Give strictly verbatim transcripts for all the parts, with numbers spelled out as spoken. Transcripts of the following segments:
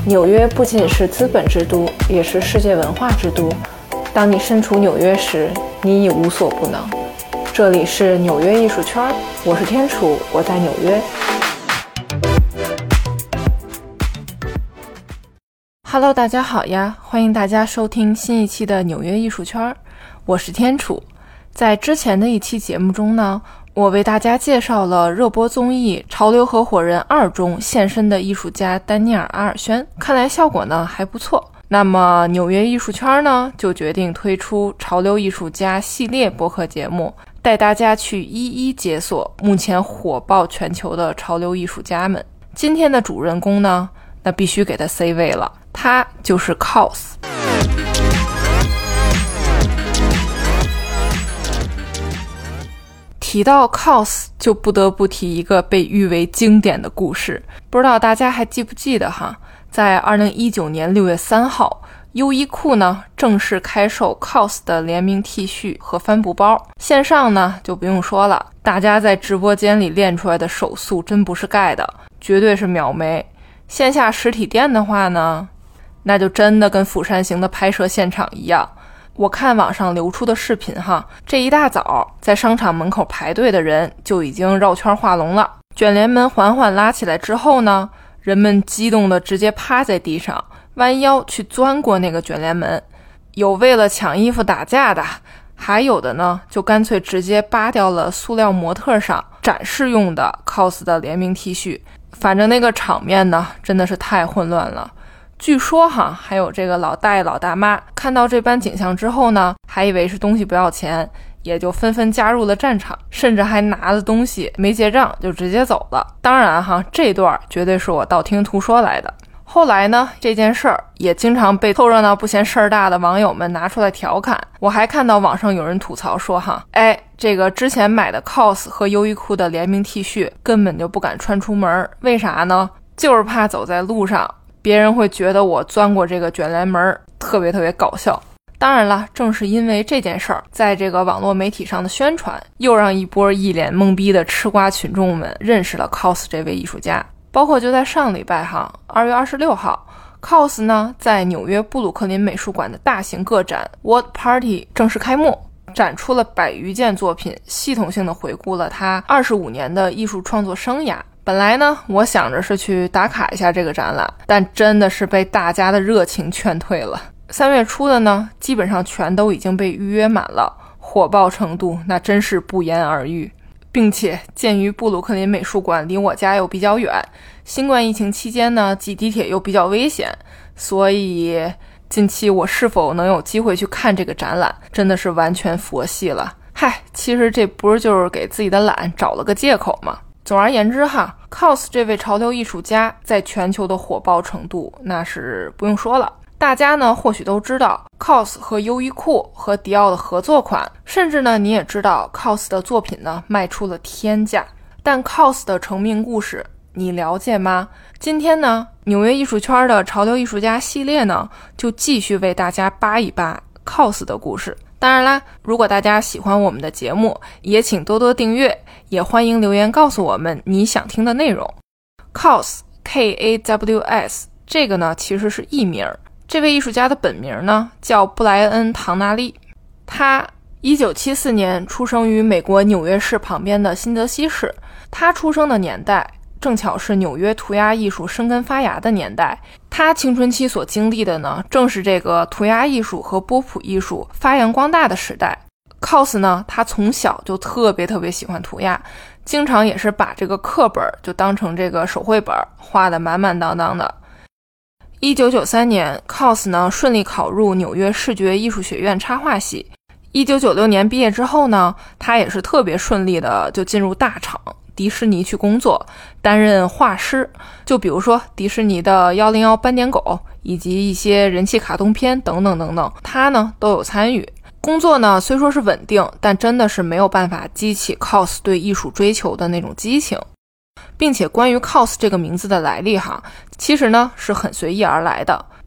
纽约不仅是资本之都，也是世界文化之都。当你身处纽约时，你已无所不能。这里是纽约艺术圈，我是天楚，我在纽约。Hello， 大家好呀，欢迎大家收听新一期的纽约艺术圈，我是天楚。在之前的一期节目中呢，我为大家介绍了热播综艺《潮流合伙人二》中现身的艺术家丹尼尔·阿尔轩，看来效果呢还不错。那么纽约艺术圈呢就决定推出潮流艺术家系列播客节目，带大家去一一解锁目前火爆全球的潮流艺术家们。今天的主人公呢，那必须给他 C 位了，他就是 C O S。提到 C O S 就不得不提一个被誉为经典的故事，不知道大家还记不记得哈？在二零一九年六月三号，优衣库呢正式开售 C O S 的联名 T 恤和帆布包，线上呢就不用说了，大家在直播间里练出来的手速真不是盖的，绝对是秒没。线下实体店的话呢，那就真的跟釜山行的拍摄现场一样。我看网上流出的视频哈，这一大早在商场门口排队的人就已经绕圈画龙了。卷帘门缓缓拉起来之后呢，人们激动的直接趴在地上，弯腰去钻过那个卷帘门。有为了抢衣服打架的，还有的呢就干脆直接扒掉了塑料模特上展示用的 C O S 的联名 T 恤。反正那个场面呢真的是太混乱了。据说哈，还有这个老大爷老大妈看到这般景象之后呢，还以为是东西不要钱，也就纷纷加入了战场，甚至还拿了东西没结账就直接走了。当然哈，这段绝对是我道听途说来的。后来呢，这件事儿也经常被凑热闹不嫌事儿大的网友们拿出来调侃。我还看到网上有人吐槽说哈，哎，这个之前买的 C O S 和优衣库的联名 T 恤根本就不敢穿出门，为啥呢？就是怕走在路上别人会觉得我钻过这个卷帘门，特别特别搞笑。当然了，正是因为这件事儿，在这个网络媒体上的宣传，又让一波一脸懵逼的吃瓜群众们认识了 C O S 这位艺术家。包括就在上礼拜哈，二月二十六号 C O S 呢在纽约布鲁克林美术馆的大型个展 What Party 正式开幕，展出了百余件作品，系统性的回顾了他二十五年的艺术创作生涯。本来呢，我想着是去打卡一下这个展览，但真的是被大家的热情劝退了。三月初的呢，基本上全都已经被预约满了，火爆程度那真是不言而喻。并且鉴于布鲁克林美术馆离我家又比较远，新冠疫情期间呢，挤地铁又比较危险，所以近期我是否能有机会去看这个展览，真的是完全佛系了。嗨，其实这不是就是给自己的懒找了个借口吗？总而言之哈 ，C O S 这位潮流艺术家在全球的火爆程度那是不用说了。大家呢或许都知道 C O S 和优衣库和迪奥的合作款，甚至呢你也知道 C O S 的作品呢卖出了天价。但 C O S 的成名故事你了解吗？今天呢纽约艺术圈的潮流艺术家系列呢就继续为大家扒一扒 C O S 的故事。当然啦，如果大家喜欢我们的节目，也请多多订阅，也欢迎留言告诉我们你想听的内容。 C O S K A W S 这个呢其实是艺名，这位艺术家的本名呢叫布莱恩·唐纳利。他一九七四年出生于美国纽约市旁边的新泽西市。他出生的年代正巧是纽约涂鸦艺术生根发芽的年代，他青春期所经历的呢正是这个涂鸦艺术和波普艺术发扬光大的时代。 C O S 呢他从小就特别特别喜欢涂鸦，经常也是把这个课本就当成这个手绘本，画得满满当当的。一九九三年 C O S 呢顺利考入纽约视觉艺术学院插画系。一九九六年毕业之后呢，他也是特别顺利的就进入大厂迪士尼去工作，担任画师。就比如说迪士尼的一零一斑点狗以及一些人气卡通片等等等等，他呢都有参与。工作呢虽说是稳定，但真的是没有办法激起 C O S 对艺术追求的那种激情。并且关于 C O S 这个名字的来历哈，其实呢是很随意而来的。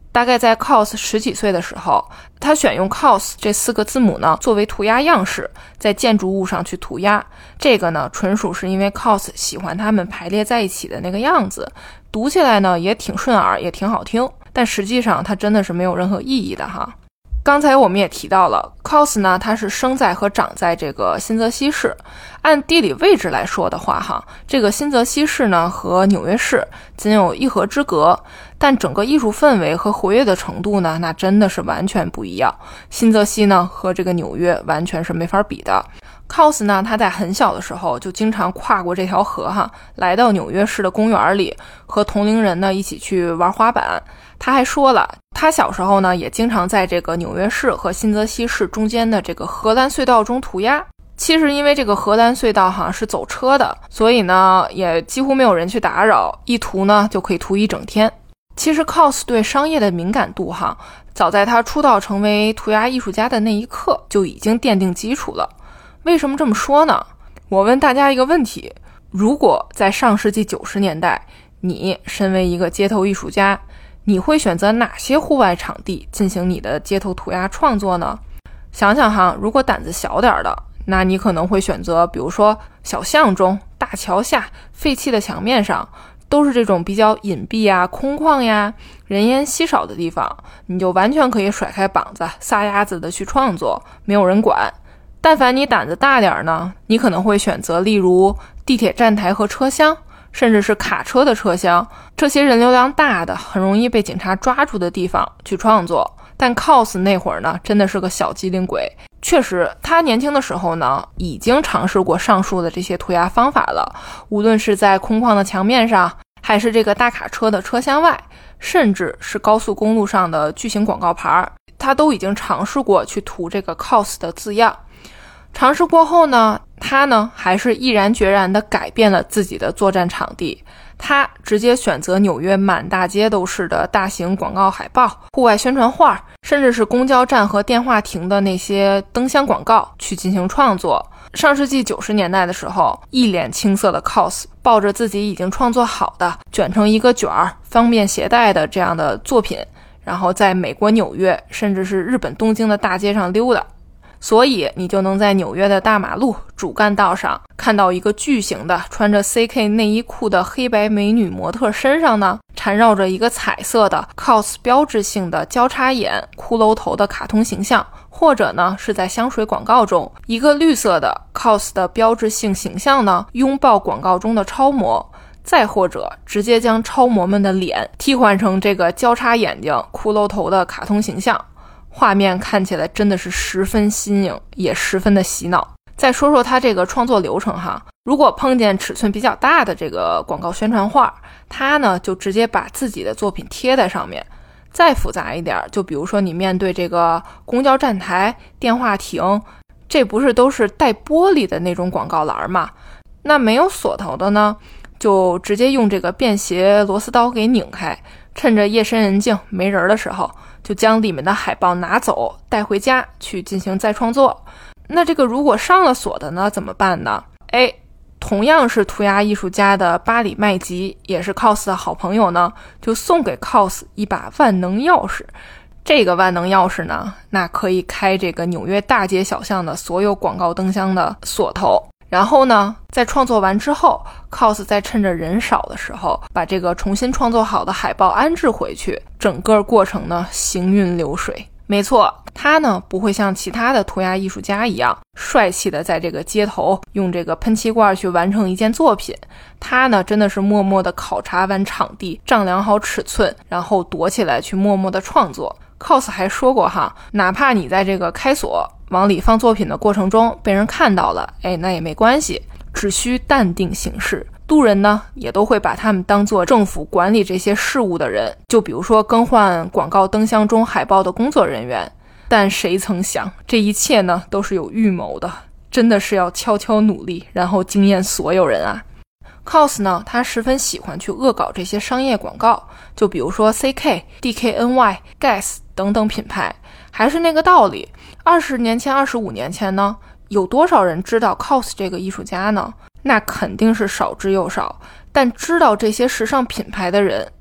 大概在 C O S 十几岁的时候，他选用 C O S 这四个字母呢作为涂鸦样式，在建筑物上去涂鸦。这个呢纯属是因为 C O S 喜欢它们排列在一起的那个样子，读起来呢也挺顺耳，也挺好听，但实际上它真的是没有任何意义的哈。刚才我们也提到了 C O S 呢，它是生在和长在这个新泽西市。按地理位置来说的话哈，这个新泽西市呢和纽约市仅有一河之隔，但整个艺术氛围和活跃的程度呢，那真的是完全不一样。新泽西呢和这个纽约完全是没法比的。C O S 呢，他在很小的时候就经常跨过这条河哈，来到纽约市的公园里，和同龄人呢一起去玩滑板。他还说了，他小时候呢也经常在这个纽约市和新泽西市中间的这个荷兰隧道中涂鸦。其实因为这个荷兰隧道哈是走车的，所以呢也几乎没有人去打扰，一涂呢就可以涂一整天。其实 C O S 对商业的敏感度哈，早在他出道成为涂鸦艺术家的那一刻就已经奠定基础了。为什么这么说呢？我问大家一个问题，如果在上世纪九十年代，你身为一个街头艺术家，你会选择哪些户外场地进行你的街头涂鸦创作呢？想想哈，如果胆子小点的，那你可能会选择比如说小巷中、大桥下、废弃的墙面上，都是这种比较隐蔽啊、空旷呀、人烟稀少的地方，你就完全可以甩开膀子撒丫子的去创作，没有人管。但凡你胆子大点呢，你可能会选择例如地铁站台和车厢，甚至是卡车的车厢，这些人流量大的很容易被警察抓住的地方去创作。但 C O S 那会儿呢真的是个小机灵鬼，确实他年轻的时候呢已经尝试过上述的这些涂鸦方法了，无论是在空旷的墙面上，还是这个大卡车的车厢外，甚至是高速公路上的巨型广告牌，他都已经尝试过去涂这个 C O S 的字样。尝试过后呢，他呢还是毅然决然地改变了自己的作战场地，他直接选择纽约满大街都是的大型广告海报、户外宣传画，甚至是公交站和电话亭的那些灯箱广告去进行创作。上世纪九十年代的时候，一脸青涩的 C O S 抱着自己已经创作好的卷成一个卷儿方便携带的这样的作品，然后在美国纽约甚至是日本东京的大街上溜达。所以你就能在纽约的大马路主干道上看到一个巨型的穿着 C K 内衣裤的黑白美女模特身上呢缠绕着一个彩色的 C O S 标志性的交叉眼骷髅头的卡通形象，或者呢是在香水广告中一个绿色的 C O S 的标志性形象呢拥抱广告中的超模，再或者直接将超模们的脸替换成这个交叉眼睛骷髅头的卡通形象。画面看起来真的是十分新颖，也十分的洗脑。再说说他这个创作流程哈，如果碰见尺寸比较大的这个广告宣传画，他呢就直接把自己的作品贴在上面。再复杂一点，就比如说你面对这个公交站台、电话亭，这不是都是带玻璃的那种广告栏吗？那没有锁头的呢，就直接用这个便携螺丝刀给拧开，趁着夜深人静没人的时候，就将里面的海报拿走带回家去进行再创作。那这个如果上了锁的呢怎么办呢？哎，同样是涂鸦艺术家的巴里麦吉，也是 C O S 的好朋友呢，就送给 C O S 一把万能钥匙。这个万能钥匙呢，那可以开这个纽约大街小巷的所有广告灯箱的锁头。然后呢，在创作完之后 C O S 在趁着人少的时候把这个重新创作好的海报安置回去，整个过程呢行云流水。没错，他呢不会像其他的涂鸦艺术家一样帅气的在这个街头用这个喷漆罐去完成一件作品，他呢真的是默默的考察完场地，丈量好尺寸，然后躲起来去默默的创作。C O S 还说过哈，哪怕你在这个开锁往里放作品的过程中被人看到了，哎，那也没关系，只需淡定行事。路人呢也都会把他们当作政府管理这些事务的人，就比如说更换广告灯箱中海报的工作人员。但谁曾想，这一切呢都是有预谋的，真的是要悄悄努力，然后惊艳所有人啊。C O S 呢，他十分喜欢去恶搞这些商业广告，就比如说 C K、D K N Y、Guess 等等品牌。还是那个道理，二十年前、二十五年前呢，有多少人知道 C O S 这个艺术家呢？那肯定是少之又少。但知道这些时尚品牌的人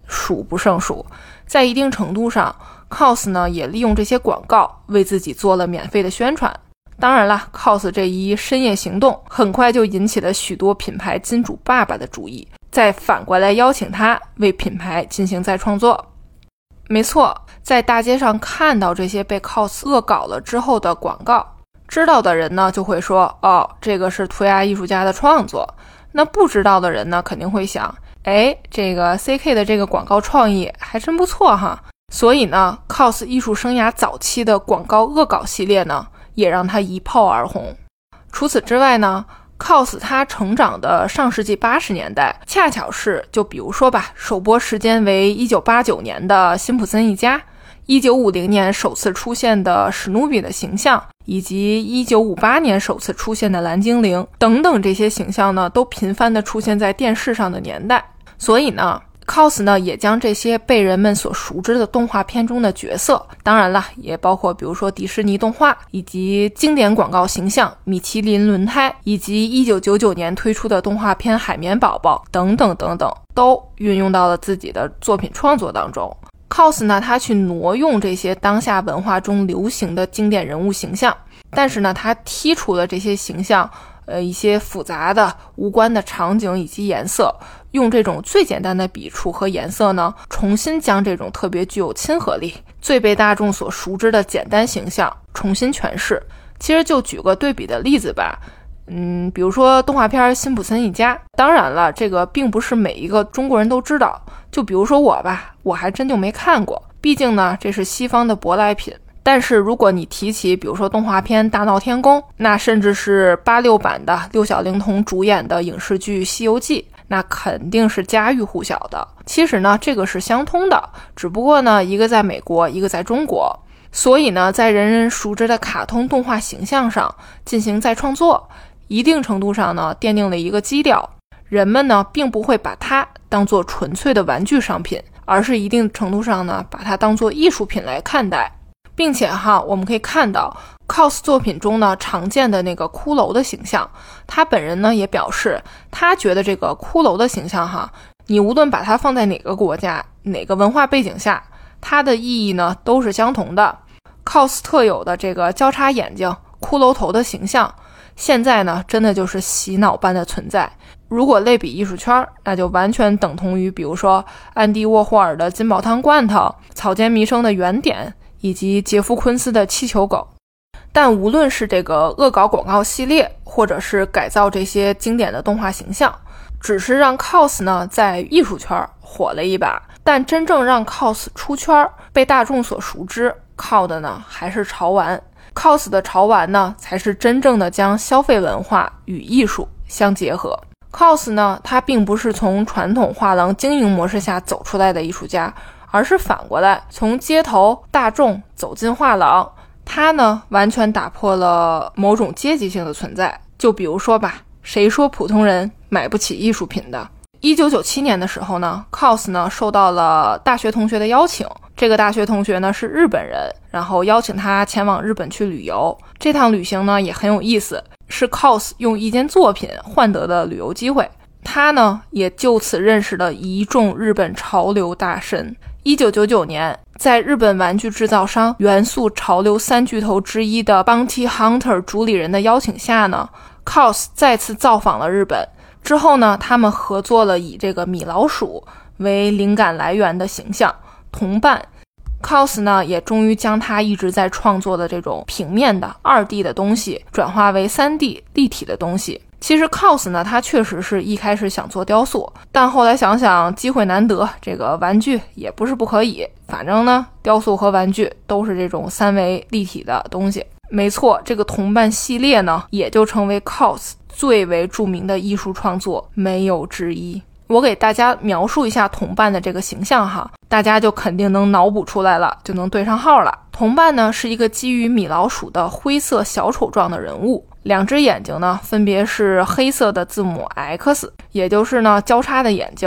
数不胜数。在一定程度上 C O S 呢也利用这些广告为自己做了免费的宣传。当然啦 C O S 这一深夜行动很快就引起了许多品牌金主爸爸的注意，再反过来邀请他为品牌进行再创作。没错，在大街上看到这些被 C O S 恶搞了之后的广告，知道的人呢就会说，哦，这个是涂鸦艺术家的创作。那不知道的人呢肯定会想，哎，这个 C K 的这个广告创意还真不错哈。所以呢 C O S 艺术生涯早期的广告恶搞系列呢也让他一炮而红。除此之外呢 C O S 他成长的上世纪八十年代恰巧是，就比如说吧，首播时间为一九八九年的辛普森一家，一九五零年首次出现的史努比的形象，以及一九五八年首次出现的蓝精灵等等，这些形象呢都频繁地出现在电视上的年代。所以呢 C O S 呢也将这些被人们所熟知的动画片中的角色，当然了也包括比如说迪士尼动画以及经典广告形象米其林轮胎，以及一九九九年推出的动画片海绵宝宝等等等等，都运用到了自己的作品创作当中。 C O S 呢他去挪用这些当下文化中流行的经典人物形象，但是呢他剔除了这些形象呃，一些复杂的无关的场景以及颜色，用这种最简单的笔触和颜色呢，重新将这种特别具有亲和力、最被大众所熟知的简单形象重新诠释。其实就举个对比的例子吧，嗯，比如说动画片《辛普森一家》，当然了，这个并不是每一个中国人都知道。就比如说我吧，我还真就没看过，毕竟呢，这是西方的舶来品。但是如果你提起比如说动画片《大闹天宫》，那甚至是八六版的六小龄童主演的影视剧《西游记》，那肯定是家喻户晓的。其实呢这个是相通的，只不过呢一个在美国，一个在中国，所以呢在人人熟知的卡通动画形象上进行再创作，一定程度上呢奠定了一个基调。人们呢并不会把它当作纯粹的玩具商品，而是一定程度上呢把它当作艺术品来看待。并且哈，我们可以看到 C O S 作品中呢常见的那个骷髅的形象，他本人呢也表示，他觉得这个骷髅的形象哈，你无论把它放在哪个国家、哪个文化背景下，它的意义呢都是相同的。C O S 特有的这个交叉眼睛、骷髅头的形象，现在呢真的就是洗脑般的存在。如果类比艺术圈，那就完全等同于比如说安迪沃霍尔的金宝汤罐头、草间弥生的原点以及杰夫昆斯的气球狗。但无论是这个恶搞广告系列，或者是改造这些经典的动画形象，只是让 C O S 呢在艺术圈火了一把，但真正让 C O S 出圈被大众所熟知，靠的呢还是潮玩。 C O S 的潮玩呢才是真正的将消费文化与艺术相结合。 C O S 呢它并不是从传统画廊经营模式下走出来的艺术家，而是反过来从街头大众走进画廊，它呢完全打破了某种阶级性的存在。就比如说吧，谁说普通人买不起艺术品的？一九九七年的时候呢 C O S 呢受到了大学同学的邀请，这个大学同学呢是日本人，然后邀请他前往日本去旅游。这趟旅行呢也很有意思，是 C O S 用一件作品换得的旅游机会。他呢也就此认识了一众日本潮流大神。一九九九年，在日本玩具制造商元素潮流三巨头之一的 Bounty Hunter 主理人的邀请下呢 C O S 再次造访了日本。之后呢他们合作了以这个米老鼠为灵感来源的形象同伴。 C O S 呢也终于将它一直在创作的这种平面的 二 D 的东西转化为 三 D 立体的东西。其实 C O S 呢它确实是一开始想做雕塑，但后来想想机会难得，这个玩具也不是不可以，反正呢雕塑和玩具都是这种三维立体的东西。没错，这个同伴系列呢也就成为 C O S 最为著名的艺术创作，没有之一。我给大家描述一下同伴的这个形象哈，大家就肯定能脑补出来了，就能对上号了。同伴呢是一个基于米老鼠的灰色小丑状的人物，两只眼睛呢分别是黑色的字母 X， 也就是呢交叉的眼睛，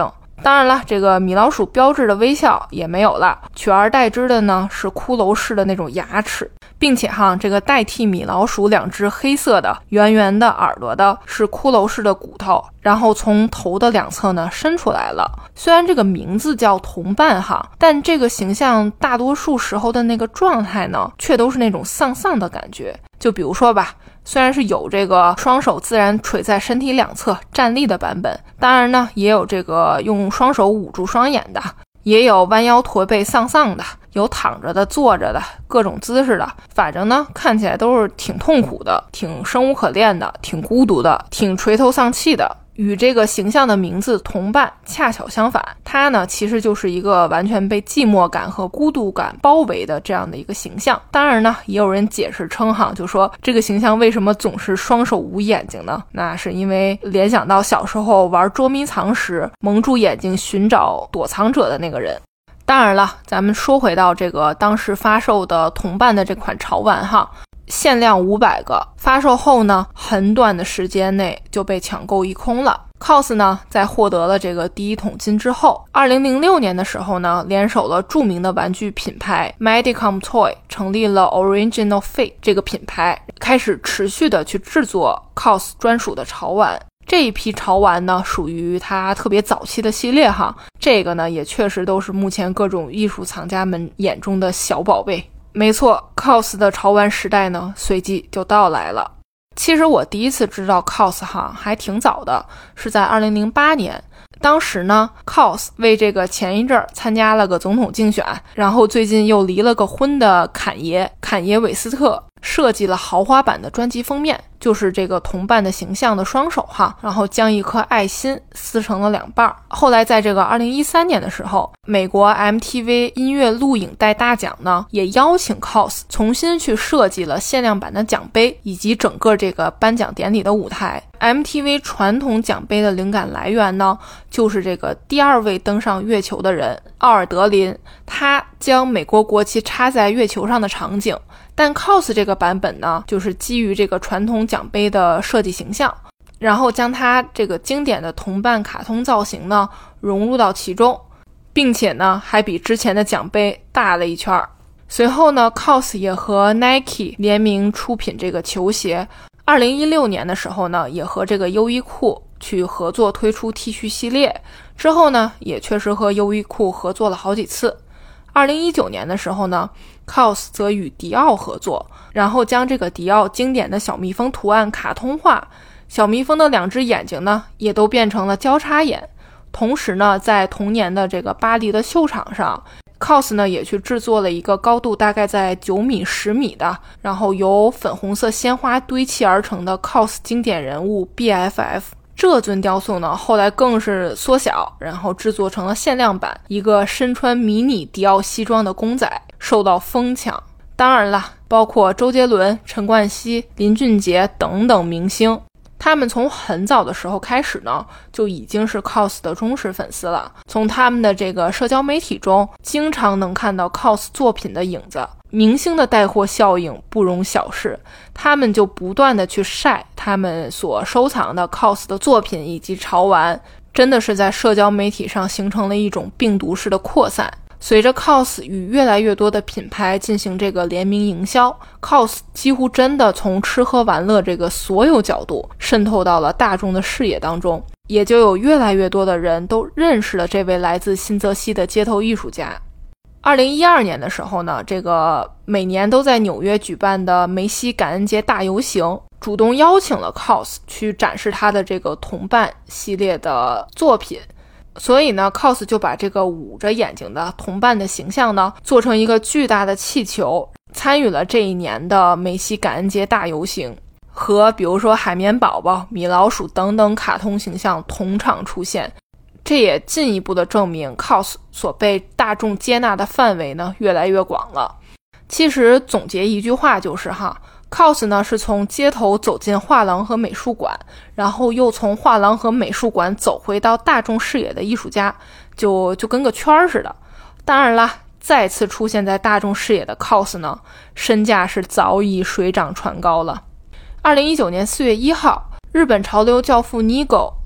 当然了，这个米老鼠标志的微笑也没有了，取而代之的呢是骷髅式的那种牙齿，并且哈，这个代替米老鼠两只黑色的圆圆的耳朵的是骷髅式的骨头，然后从头的两侧呢伸出来了。虽然这个名字叫同伴哈，但这个形象大多数时候的那个状态呢，却都是那种丧丧的感觉。就比如说吧，虽然是有这个双手自然垂在身体两侧站立的版本，当然呢也有这个用双手捂住双眼的，也有弯腰驼背丧丧的，有躺着的坐着的各种姿势的，反正呢看起来都是挺痛苦的，挺生无可恋的，挺孤独的，挺垂头丧气的。与这个形象的名字同伴恰巧相反，它呢其实就是一个完全被寂寞感和孤独感包围的这样的一个形象。当然呢也有人解释称哈，就说这个形象为什么总是双手捂眼睛呢？那是因为联想到小时候玩捉迷藏时蒙住眼睛寻找躲藏者的那个人。当然了，咱们说回到这个当时发售的同伴的这款潮玩哈，限量五百个，发售后呢很短的时间内就被抢购一空了。 C O S 呢在获得了这个第一桶金之后，二零零六年的时候呢，联手了著名的玩具品牌 Medicom Toy， 成立了 Original Fate 这个品牌，开始持续的去制作 C O S 专属的潮玩。这一批潮玩呢属于它特别早期的系列哈，这个呢也确实都是目前各种艺术藏家们眼中的小宝贝。没错， C O S 的潮玩时代呢随即就到来了。其实我第一次知道 C O S 哈还挺早的，是在二零零八年。当时呢 C O S 为这个前一阵儿参加了个总统竞选，然后最近又离了个婚的坎爷坎爷韦斯特设计了豪华版的专辑封面，就是这个同伴的形象的双手哈，然后将一颗爱心撕成了两半。后来在这个二零一三年的时候，美国 M T V 音乐录影带大奖呢也邀请 C O S 重新去设计了限量版的奖杯以及整个这个颁奖典礼的舞台。 M T V 传统奖杯的灵感来源呢就是这个第二位登上月球的人奥尔德林，他将美国国旗插在月球上的场景。但 C O S 这个版本呢就是基于这个传统奖杯的设计形象，然后将它这个经典的同伴卡通造型呢融入到其中，并且呢还比之前的奖杯大了一圈。随后呢 C O S 也和 Nike 联名出品这个球鞋，二零一六年的时候呢也和这个优衣库去合作推出 T 恤系列，之后呢也确实和优衣库合作了好几次。二零一九年的时候呢 C O S 则与迪奥合作，然后将这个迪奥经典的小蜜蜂图案卡通化，小蜜蜂的两只眼睛呢也都变成了交叉眼。同时呢在同年的这个巴黎的秀场上， C O S 呢也去制作了一个高度大概在九米十米的，然后由粉红色鲜花堆砌而成的 C O S 经典人物 B F F。这尊雕塑呢后来更是缩小，然后制作成了限量版，一个身穿迷你迪奥西装的公仔，受到疯抢。当然了，包括周杰伦、陈冠希、林俊杰等等明星，他们从很早的时候开始呢就已经是 C O S 的忠实粉丝了。从他们的这个社交媒体中经常能看到 C O S 作品的影子，明星的带货效应不容小视，他们就不断的去晒他们所收藏的 C O S 的作品以及潮玩，真的是在社交媒体上形成了一种病毒式的扩散。随着 C O S 与越来越多的品牌进行这个联名营销， C O S 几乎真的从吃喝玩乐这个所有角度渗透到了大众的视野当中，也就有越来越多的人都认识了这位来自新泽西的街头艺术家。二零一二年的时候呢，这个每年都在纽约举办的梅西感恩节大游行主动邀请了 C O S 去展示他的这个同伴系列的作品，所以呢 C O S 就把这个捂着眼睛的同伴的形象呢做成一个巨大的气球，参与了这一年的梅西感恩节大游行，和比如说海绵宝宝、米老鼠等等卡通形象同场出现。这也进一步的证明 C O S 所被大众接纳的范围呢越来越广了。其实总结一句话就是哈 C O S 呢是从街头走进画廊和美术馆，然后又从画廊和美术馆走回到大众视野的艺术家，就就跟个圈似的。当然啦，再次出现在大众视野的 C O S 呢，身价是早已水涨船高了。二零一九年四月一号，日本潮流教父 Nigo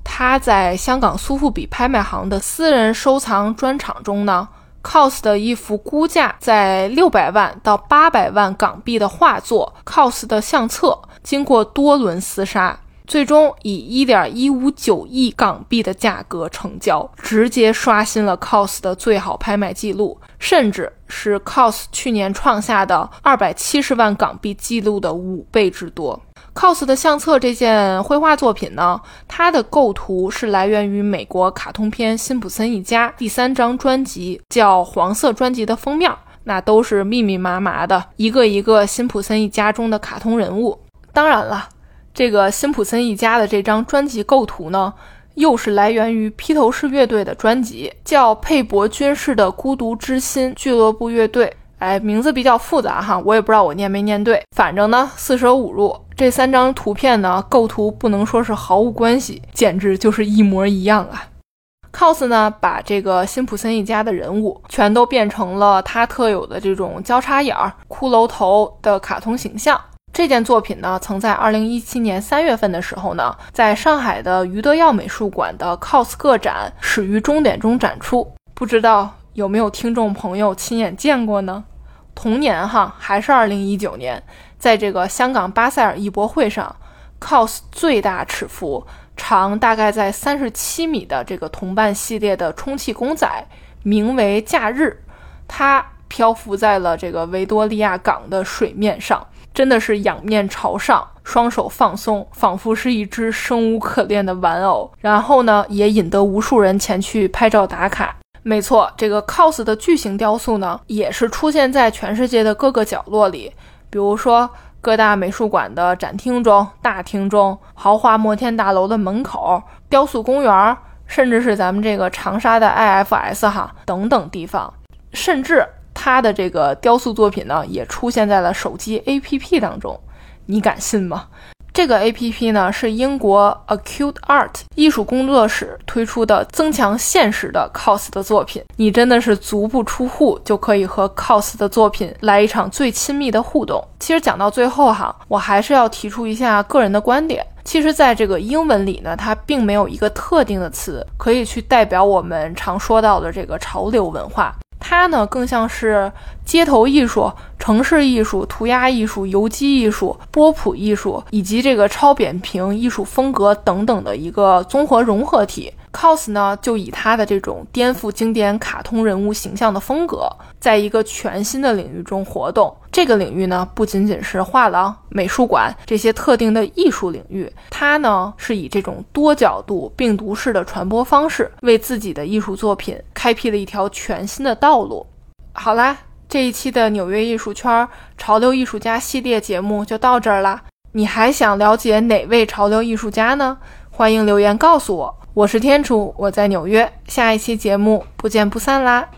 他在香港苏富比拍卖行的私人收藏专场中呢，Kaws 的一幅估价在六百万到八百万港币的画作 Kaws 的相册，经过多轮厮杀，最终以 一点一五九亿港币的价格成交，直接刷新了 Kaws 的最好拍卖记录，甚至是 Kaws 去年创下的二百七十万港币记录的五倍之多。Kaws 的相册这件绘画作品呢，它的构图是来源于美国卡通片辛普森一家第三张专辑，叫黄色专辑的封面，那都是密密麻麻的一个一个辛普森一家中的卡通人物。当然了，这个辛普森一家的这张专辑构图呢，又是来源于披头士乐队的专辑，叫佩伯军士的孤独之心俱乐部乐队。哎，名字比较复杂哈，我也不知道我念没念对，反正呢四舍五入，这三张图片呢构图不能说是毫无关系，简直就是一模一样啊。Kaws 呢把这个辛普森一家的人物全都变成了他特有的这种交叉眼儿、骷髅头的卡通形象。这件作品呢曾在二零一七年三月份的时候呢，在上海的余德耀美术馆的 Kaws 个展始于终点中展出，不知道有没有听众朋友亲眼见过呢？同年哈，还是二零一九年，在这个香港巴塞尔艺博会上， Kaws 最大尺幅长大概在三十七米的这个同伴系列的充气公仔，名为假日，它漂浮在了这个维多利亚港的水面上，真的是仰面朝上，双手放松，仿佛是一只生无可恋的玩偶，然后呢也引得无数人前去拍照打卡。没错，这个 Kaws 的巨型雕塑呢，也是出现在全世界的各个角落里，比如说各大美术馆的展厅中、大厅中、豪华摩天大楼的门口、雕塑公园，甚至是咱们这个长沙的 I F S 哈等等地方，甚至它的这个雕塑作品呢，也出现在了手机 A P P 当中，你敢信吗？这个 A P P 呢是英国 Acute Art 艺术工作室推出的增强现实的 Kaws 的作品，你真的是足不出户就可以和 Kaws 的作品来一场最亲密的互动。其实讲到最后哈，我还是要提出一下个人的观点。其实在这个英文里呢，它并没有一个特定的词可以去代表我们常说到的这个潮流文化，它呢更像是街头艺术、城市艺术、涂鸦艺术、游击艺术、波普艺术以及这个超扁平艺术风格等等的一个综合融合体。Kaws 呢就以它的这种颠覆经典卡通人物形象的风格，在一个全新的领域中活动。这个领域呢不仅仅是画廊、美术馆这些特定的艺术领域，它呢是以这种多角度病毒式的传播方式，为自己的艺术作品开辟了一条全新的道路。好啦，这一期的纽约艺术圈潮流艺术家系列节目就到这儿啦。你还想了解哪位潮流艺术家呢？欢迎留言告诉我。我是天楚，我在纽约，下一期节目不见不散啦。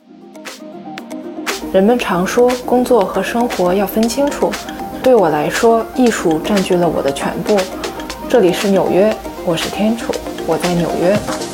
人们常说工作和生活要分清楚，对我来说，艺术占据了我的全部。这里是纽约，我是天楚，我在纽约。